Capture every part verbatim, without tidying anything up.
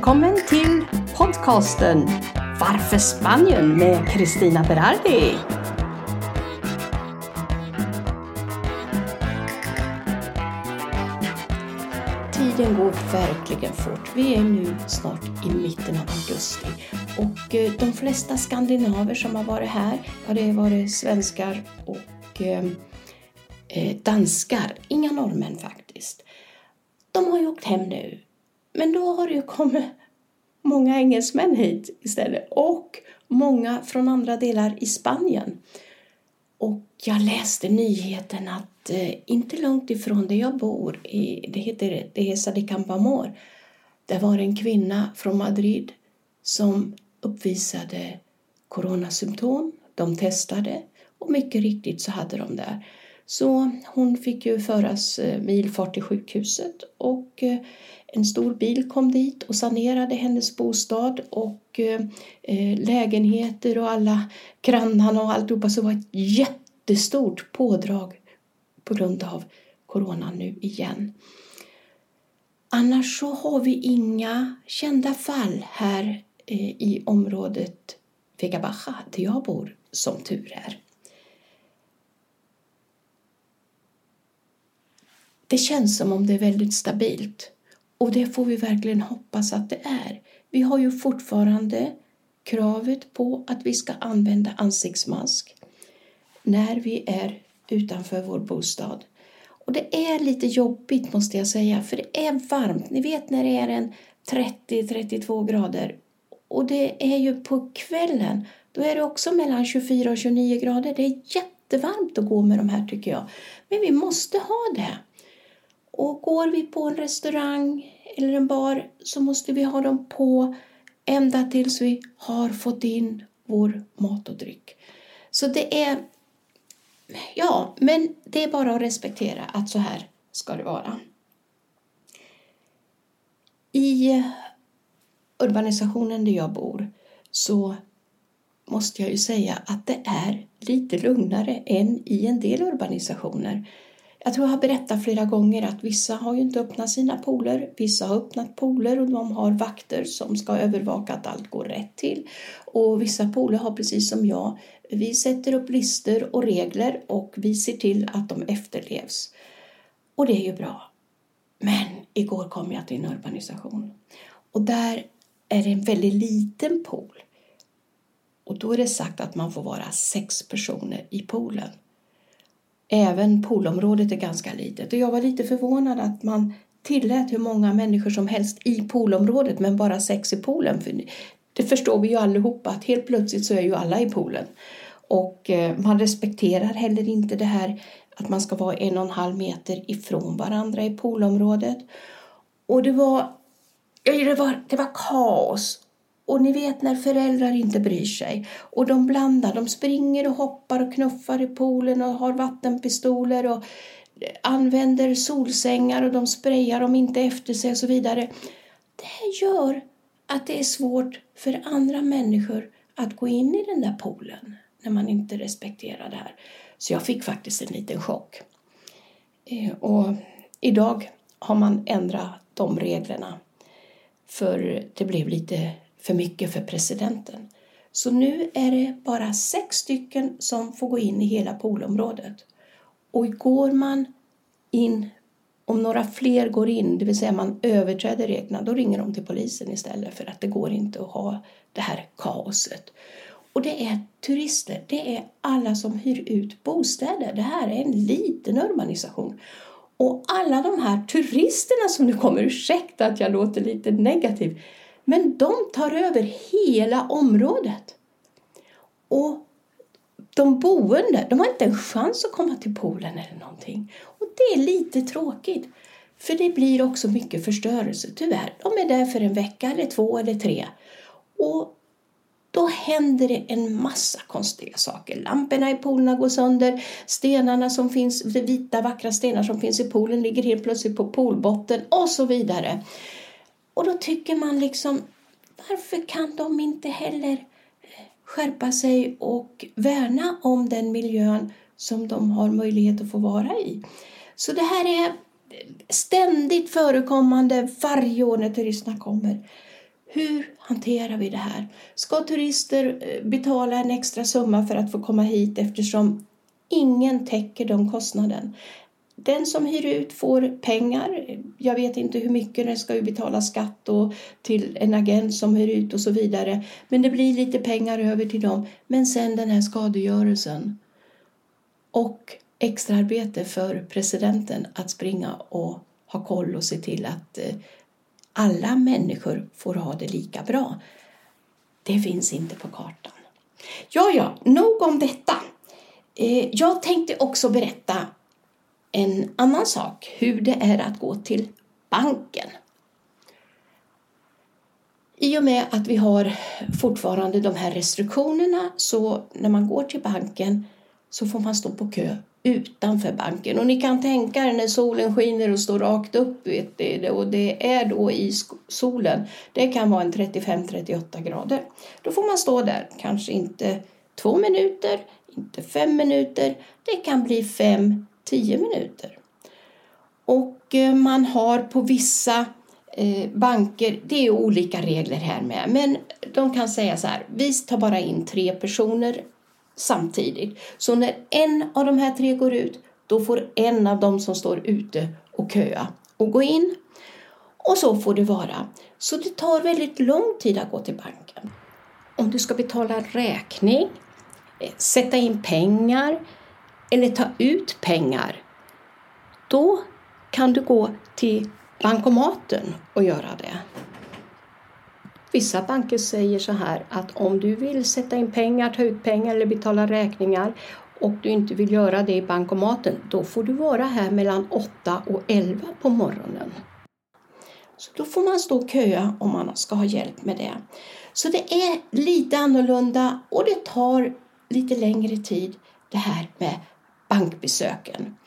Välkommen till podcasten Varför Spanien med Cristina Berardi. Tiden går verkligen fort. Vi är nu snart i mitten av augusti. Och de flesta skandinaver som har varit här, ja, det har varit svenskar och eh, danskar. Inga norrmän faktiskt. De har ju åkt hem nu. Men då har det ju kommit många engelsmän hit istället. Och många från andra delar i Spanien. Och jag läste nyheten att eh, inte långt ifrån där jag bor, i, det heter det heter de Campoamor, där var en kvinna från Madrid som uppvisade coronasymptom. De testade och mycket riktigt så hade de där. Så hon fick ju föras eh, med ilfart till sjukhuset och eh, en stor bil kom dit och sanerade hennes bostad och eh, lägenheter och alla grannarna och alltihopa. Så det var ett jättestort pådrag på grund av corona nu igen. Annars så har vi inga kända fall här eh, i området Vega Baja där jag bor, som tur är. Det känns som om det är väldigt stabilt. Och det får vi verkligen hoppas att det är. Vi har ju fortfarande kravet på att vi ska använda ansiktsmask när vi är utanför vår bostad. Och det är lite jobbigt, måste jag säga, för det är varmt. Ni vet när det är en trettio till trettiotvå grader. Och det är ju på kvällen. Då är det också mellan tjugofyra och tjugonio grader. Det är jättevarmt att gå med de här, tycker jag. Men vi måste ha det. Och går vi på en restaurang eller en bar så måste vi ha dem på ända tills vi har fått in vår mat och dryck. Så det är, ja, men det är bara att respektera att så här ska det vara. I urbanisationen där jag bor så måste jag ju säga att det är lite lugnare än i en del urbanisationer. Jag tror jag har berättat flera gånger att vissa har ju inte öppnat sina pooler. Vissa har öppnat pooler och de har vakter som ska övervaka att allt går rätt till. Och vissa pooler har precis som jag. Vi sätter upp listor och regler och vi ser till att de efterlevs. Och det är ju bra. Men igår kom jag till en urbanisation. Och där är det en väldigt liten pool. Och då är det sagt att man får vara sex personer i poolen. Även poolområdet är ganska litet. Och jag var lite förvånad att man tillät hur många människor som helst i poolområdet. Men bara sex i poolen. För det förstår vi ju allihopa att helt plötsligt så är ju alla i poolen. Och eh, man respekterar heller inte det här att man ska vara en och en halv meter ifrån varandra i poolområdet. Och det var, det var, det var kaos. Och ni vet när föräldrar inte bryr sig. Och de blandar, de springer och hoppar och knuffar i poolen och har vattenpistoler och använder solsängar och de sprayar dem inte efter sig och så vidare. Det gör att det är svårt för andra människor att gå in i den där poolen när man inte respekterar det här. Så jag fick faktiskt en liten chock. Och idag har man ändrat de reglerna. För det blev lite för mycket för presidenten. Så nu är det bara sex stycken som får gå in i hela poolområdet. Och går man in, om några fler går in, det vill säga man överträder reglerna, då ringer de till polisen istället för att det går inte att ha det här kaoset. Och det är turister, det är alla som hyr ut bostäder. Det här är en liten urbanisation. Och alla de här turisterna som nu kommer, ursäkta att jag låter lite negativ, men de tar över hela området. Och de boende, de har inte en chans att komma till poolen eller någonting. Och det är lite tråkigt. För det blir också mycket förstörelse, tyvärr. De är där för en vecka eller två eller tre. Och då händer det en massa konstiga saker. Lamporna i poolerna går sönder. Stenarna som finns, de vita vackra stenar som finns i poolen ligger helt plötsligt på poolbotten och så vidare. Och då tycker man liksom, varför kan de inte heller skärpa sig och värna om den miljön som de har möjlighet att få vara i? Så det här är ständigt förekommande varje år när turisterna kommer. Hur hanterar vi det här? Ska turister betala en extra summa för att få komma hit eftersom ingen täcker de kostnaden? Den som hyr ut får pengar. Jag vet inte hur mycket, det ska ju betala skatt och till en agent som hyr ut och så vidare. Men det blir lite pengar över till dem. Men sen den här skadegörelsen. Och extraarbete för presidenten att springa och ha koll och se till att alla människor får ha det lika bra. Det finns inte på kartan. Ja, ja, nog om detta. Jag tänkte också berätta en annan sak, hur det är att gå till banken. I och med att vi har fortfarande de här restriktionerna, så när man går till banken så får man stå på kö utanför banken. Och ni kan tänka er när solen skiner och står rakt upp, vet det, och det är då i solen. Det kan vara en trettiofem till trettioåtta grader. Då får man stå där, kanske inte två minuter, inte fem minuter. Det kan bli fem, tio minuter. Och man har på vissa eh, banker, det är olika regler här med. Men de kan säga så här, vi tar bara in tre personer samtidigt. Så när en av de här tre går ut, då får en av dem som står ute och köa och gå in. Och så får det vara. Så det tar väldigt lång tid att gå till banken. Om du ska betala räkning, sätta in pengar eller ta ut pengar, då kan du gå till bankomaten och göra det. Vissa banker säger så här att om du vill sätta in pengar, ta ut pengar eller betala räkningar och du inte vill göra det i bankomaten, då får du vara här mellan åtta och elva på morgonen. Så då får man stå och köa om man ska ha hjälp med det. Så det är lite annorlunda och det tar lite längre tid det här med bankbesöken.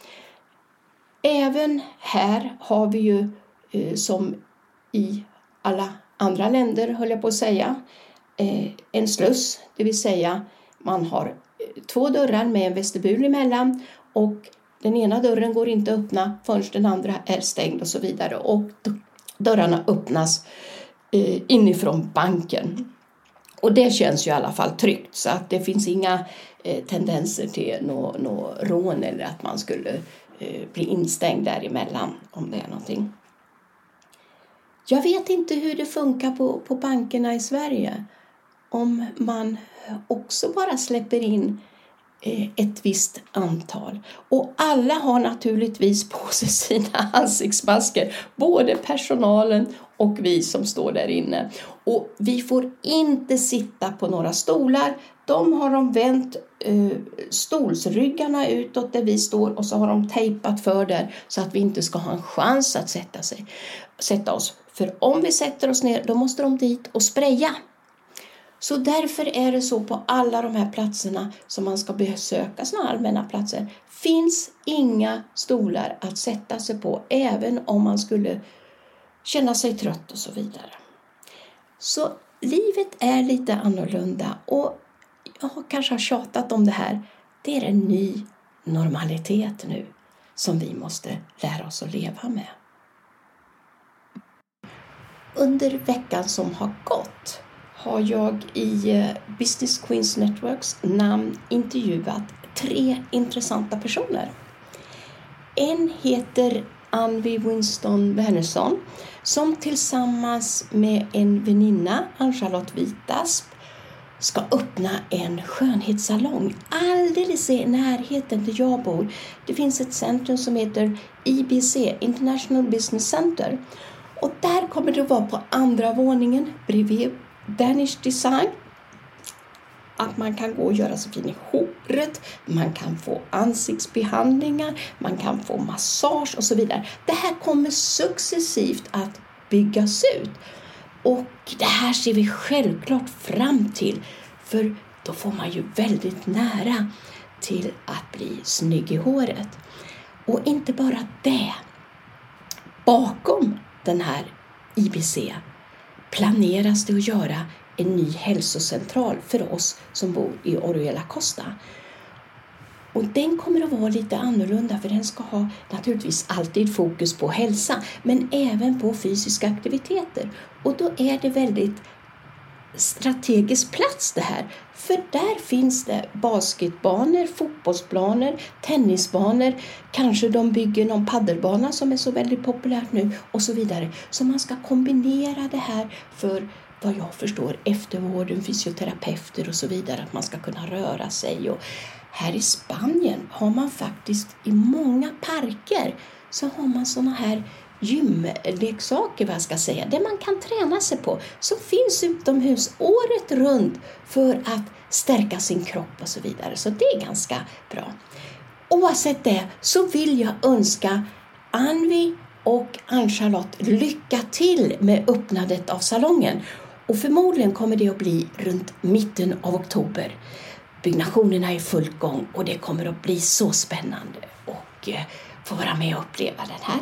Även här har vi ju eh, som i alla andra länder, höll jag på att säga, eh, en sluss. Det vill säga man har två dörrar med en vestibul emellan och den ena dörren går inte att öppna förrän den andra är stängd och så vidare. Och dörrarna öppnas eh, inifrån banken. Och det känns ju i alla fall tryggt, så att det finns inga eh, tendenser till något nå rån eller att man skulle eh, bli instängd däremellan om det är någonting. Jag vet inte hur det funkar på, på bankerna i Sverige. Om man också bara släpper in eh, ett visst antal. Och alla har naturligtvis på sig sina ansiktsmasker. Både personalen och vi som står där inne. Och vi får inte sitta på några stolar. De har de vänt eh, stolsryggarna utåt där vi står. Och så har de tejpat för där så att vi inte ska ha en chans att sätta, sig, sätta oss. För om vi sätter oss ner, då måste de dit och spraya. Så därför är det så på alla de här platserna som man ska besöka, såna allmänna platser. Finns inga stolar att sätta sig på, även om man skulle känna sig trött och så vidare. Så livet är lite annorlunda och jag kanske har tjatat om det här. Det är en ny normalitet nu som vi måste lära oss att leva med. Under veckan som har gått har jag i Business Queens Networks namn intervjuat tre intressanta personer. En heter Anvi Winston Wernersson som tillsammans med en väninna, Ann-Charlotte Vitasp, ska öppna en skönhetssalong alldeles i närheten där jag bor. Det finns ett centrum som heter I B C, International Business Center. Och där kommer det att vara på andra våningen bredvid Danish Design. Att man kan gå och göra sig fin i håret. Man kan få ansiktsbehandlingar. Man kan få massage och så vidare. Det här kommer successivt att byggas ut. Och det här ser vi självklart fram till. För då får man ju väldigt nära till att bli snygg i håret. Och inte bara det. Bakom den här I B C planeras det att göra en ny hälsocentral för oss som bor i Orihuela Costa. Och den kommer att vara lite annorlunda, för den ska ha naturligtvis alltid fokus på hälsa, men även på fysiska aktiviteter. Och då är det väldigt strategisk plats det här. För där finns det basketbanor, fotbollsplaner, tennisbanor. Kanske de bygger någon paddelbana som är så väldigt populärt nu och så vidare. Så man ska kombinera det här för, vad jag förstår, eftervården, fysioterapeuter och så vidare. Att man ska kunna röra sig. Och här i Spanien har man faktiskt i många parker så har man såna här gymleksaker, vad jag ska säga, det man kan träna sig på, som finns utomhus året runt för att stärka sin kropp och så vidare. Så det är ganska bra. Oavsett det så vill jag önska Anvi och Ann-Charlotte lycka till med öppnandet av salongen. Och förmodligen kommer det att bli runt mitten av oktober. Byggnationerna är i full gång och det kommer att bli så spännande och få vara med och uppleva den här.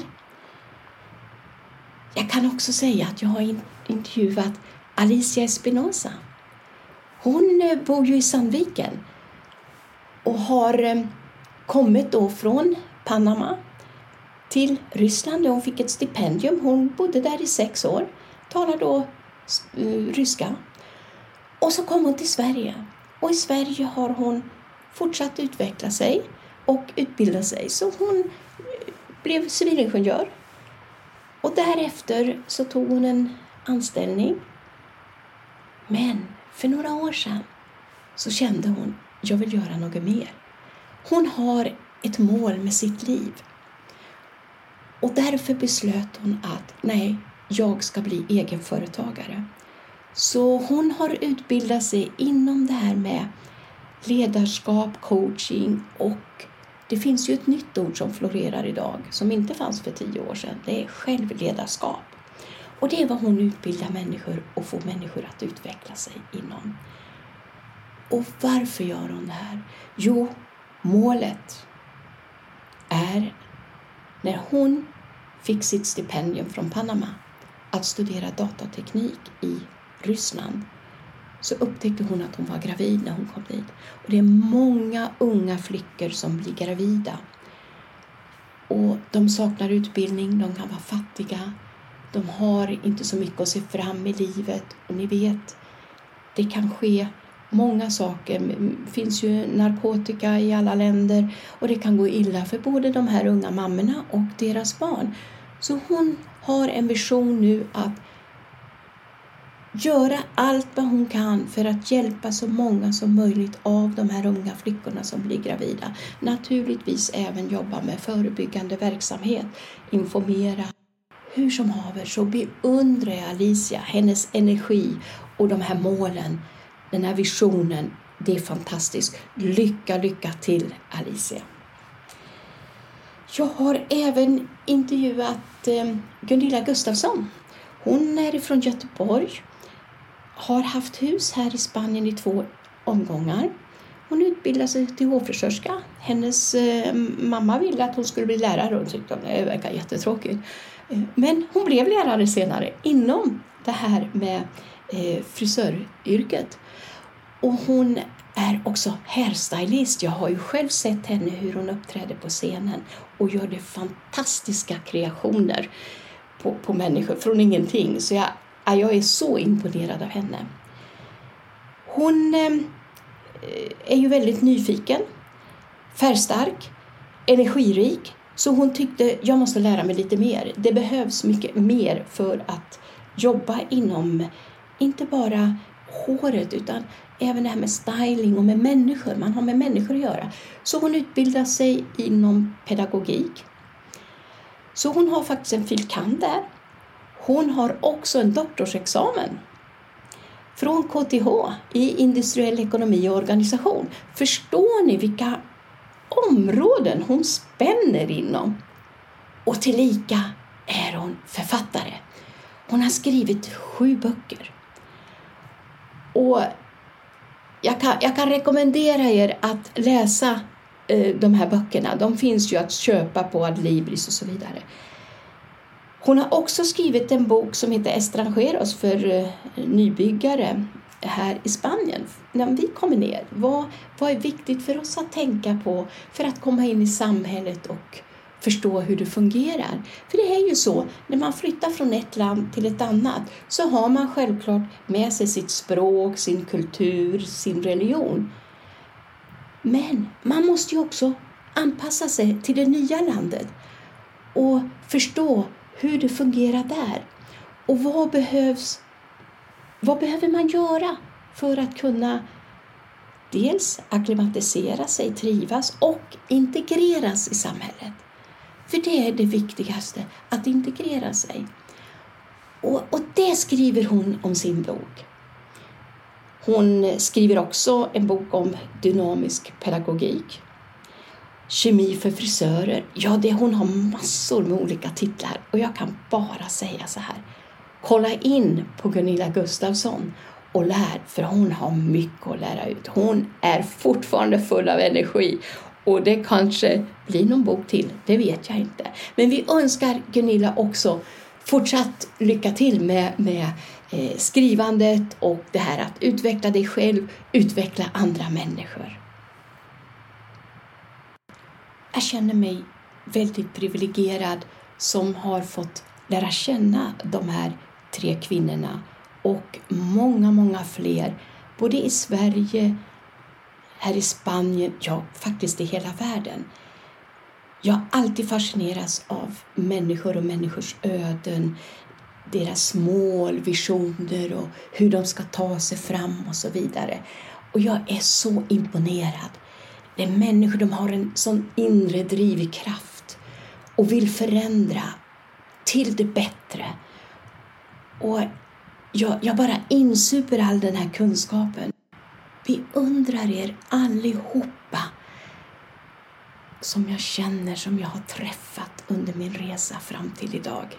Jag kan också säga att jag har intervjuat Alicia Espinosa. Hon bor ju i Sandviken och har kommit då från Panama till Ryssland. Hon fick ett stipendium. Hon bodde där i sex år, talade då ryska. Och så kom hon till Sverige. Och i Sverige har hon fortsatt utveckla sig och utbilda sig. Så hon blev civilingenjör. Och därefter så tog hon en anställning. Men för några år sedan så kände hon, jag vill göra något mer. Hon har ett mål med sitt liv. Och därför beslöt hon att nej, jag ska bli egenföretagare. Så hon har utbildat sig inom det här med ledarskap, coaching, och det finns ju ett nytt ord som florerar idag som inte fanns för tio år sedan. Det är självledarskap. Och det är vad hon utbildar människor och får människor att utveckla sig inom. Och varför gör hon det här? Jo, målet är när hon fick sitt stipendium från Panama att studera datateknik i Ryssland, så upptäckte hon att hon var gravid när hon kom dit. Och det är många unga flickor som blir gravida. Och de saknar utbildning, de kan vara fattiga. De har inte så mycket att se fram i livet. Och ni vet, det kan ske många saker. Det finns ju narkotika i alla länder. Och det kan gå illa för både de här unga mammorna och deras barn. Så hon har en vision nu att göra allt vad hon kan för att hjälpa så många som möjligt av de här unga flickorna som blir gravida. Naturligtvis även jobba med förebyggande verksamhet, informera. Hur som haver så beundrar jag Alicia, hennes energi och de här målen, den här visionen. Det är fantastiskt. Lycka, lycka till Alicia. Jag har även intervjuat eh, Gunilla Gustafsson. Hon är från Göteborg. Har haft hus här i Spanien i två omgångar. Hon utbildade sig till hårfrisörska. Hennes eh, mamma ville att hon skulle bli lärare och tyckte att det verkar jättetråkigt. Eh, men hon blev lärare senare inom det här med eh, frisöryrket. Och hon är också hairstylist. Jag har ju själv sett henne hur hon uppträder på scenen och gör det fantastiska kreationer på, på människor från ingenting. Så jag, jag är så imponerad av henne. Hon eh, är ju väldigt nyfiken, färgstark, energirik. Så hon tyckte, jag måste lära mig lite mer. Det behövs mycket mer för att jobba inom, inte bara håret utan även det här med styling och med människor. Man har med människor att göra. Så hon utbildar sig inom pedagogik. Så hon har faktiskt en fil.kand. där. Hon har också en doktorsexamen från K T H i industriell ekonomi och organisation. Förstår ni vilka områden hon spänner inom? Och tillika är hon författare. Hon har skrivit sju böcker. Och jag kan, jag kan rekommendera er att läsa eh, de här böckerna. De finns ju att köpa på Adlibris och så vidare. Hon har också skrivit en bok som heter Estrangeros för eh, nybyggare. det här i Spanien. När vi kommer ner, vad, vad är viktigt för oss att tänka på för att komma in i samhället och förstå hur det fungerar? För det är ju så, när man flyttar från ett land till ett annat så har man självklart med sig sitt språk, sin kultur, sin religion. Men man måste ju också anpassa sig till det nya landet och förstå hur det fungerar där. Och vad behövs, vad behöver man göra för att kunna dels akklimatisera sig, trivas och integreras i samhället? För det är det viktigaste, att integrera sig. Och, och det skriver hon om sin bok. Hon skriver också en bok om dynamisk pedagogik. Kemi för frisörer. Ja, det, hon har massor med olika titlar. Och jag kan bara säga så här. Kolla in på Gunilla Gustafsson och lär. För hon har mycket att lära ut. Hon är fortfarande full av energi. Och det kanske blir någon bok till. Det vet jag inte. Men vi önskar Gunilla också fortsatt lycka till med, med eh, skrivandet. Och det här att utveckla dig själv. Utveckla andra människor. Jag känner mig väldigt privilegierad som har fått lära känna de här tre kvinnorna och många, många fler, både i Sverige, här i Spanien, ja faktiskt i hela världen. Jag har alltid fascinerats av människor och människors öden, deras mål, visioner och hur de ska ta sig fram och så vidare. Och jag är så imponerad. Det är människor, de har en sån inre drivkraft och vill förändra till det bättre. Och jag, jag bara insuper all den här kunskapen. Vi undrar er allihopa som jag känner, som jag har träffat under min resa fram till idag.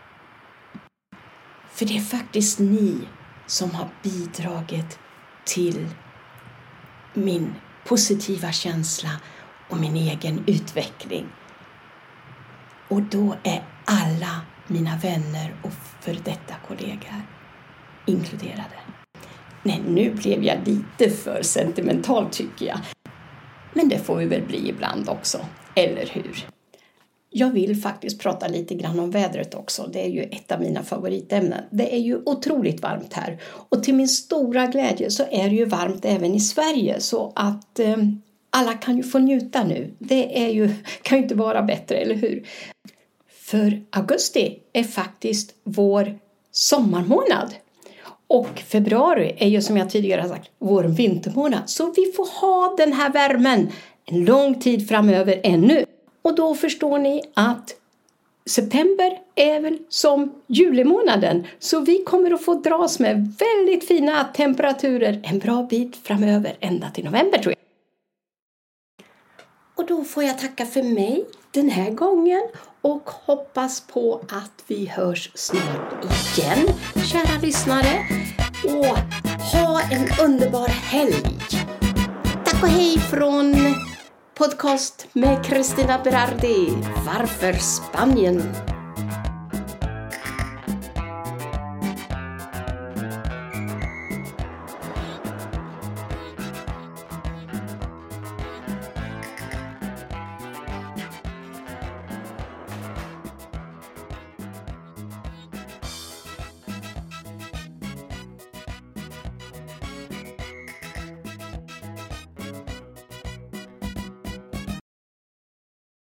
För det är faktiskt ni som har bidragit till min positiva känsla och min egen utveckling. Och då är alla mina vänner och för detta kollegor inkluderade. Nej, nu blev jag lite för sentimental tycker jag. Men det får vi väl bli ibland också, eller hur? Jag vill faktiskt prata lite grann om vädret också. Det är ju ett av mina favoritämnen. Det är ju otroligt varmt här. Och till min stora glädje så är det ju varmt även i Sverige. Så att eh, alla kan ju få njuta nu. Det är ju, kan ju inte vara bättre, eller hur? För augusti är faktiskt vår sommarmånad. Och februari är ju, som jag tidigare har sagt, vår vintermånad. Så vi får ha den här värmen en lång tid framöver ännu. Och då förstår ni att september är väl som julimånaden. Så vi kommer att få dras med väldigt fina temperaturer en bra bit framöver, ända till november tror jag. Och då får jag tacka för mig den här gången och hoppas på att vi hörs snart igen, kära lyssnare. Och ha en underbar helg. Tack och hej från podcast med Cristina Berardi. Varför Spanien?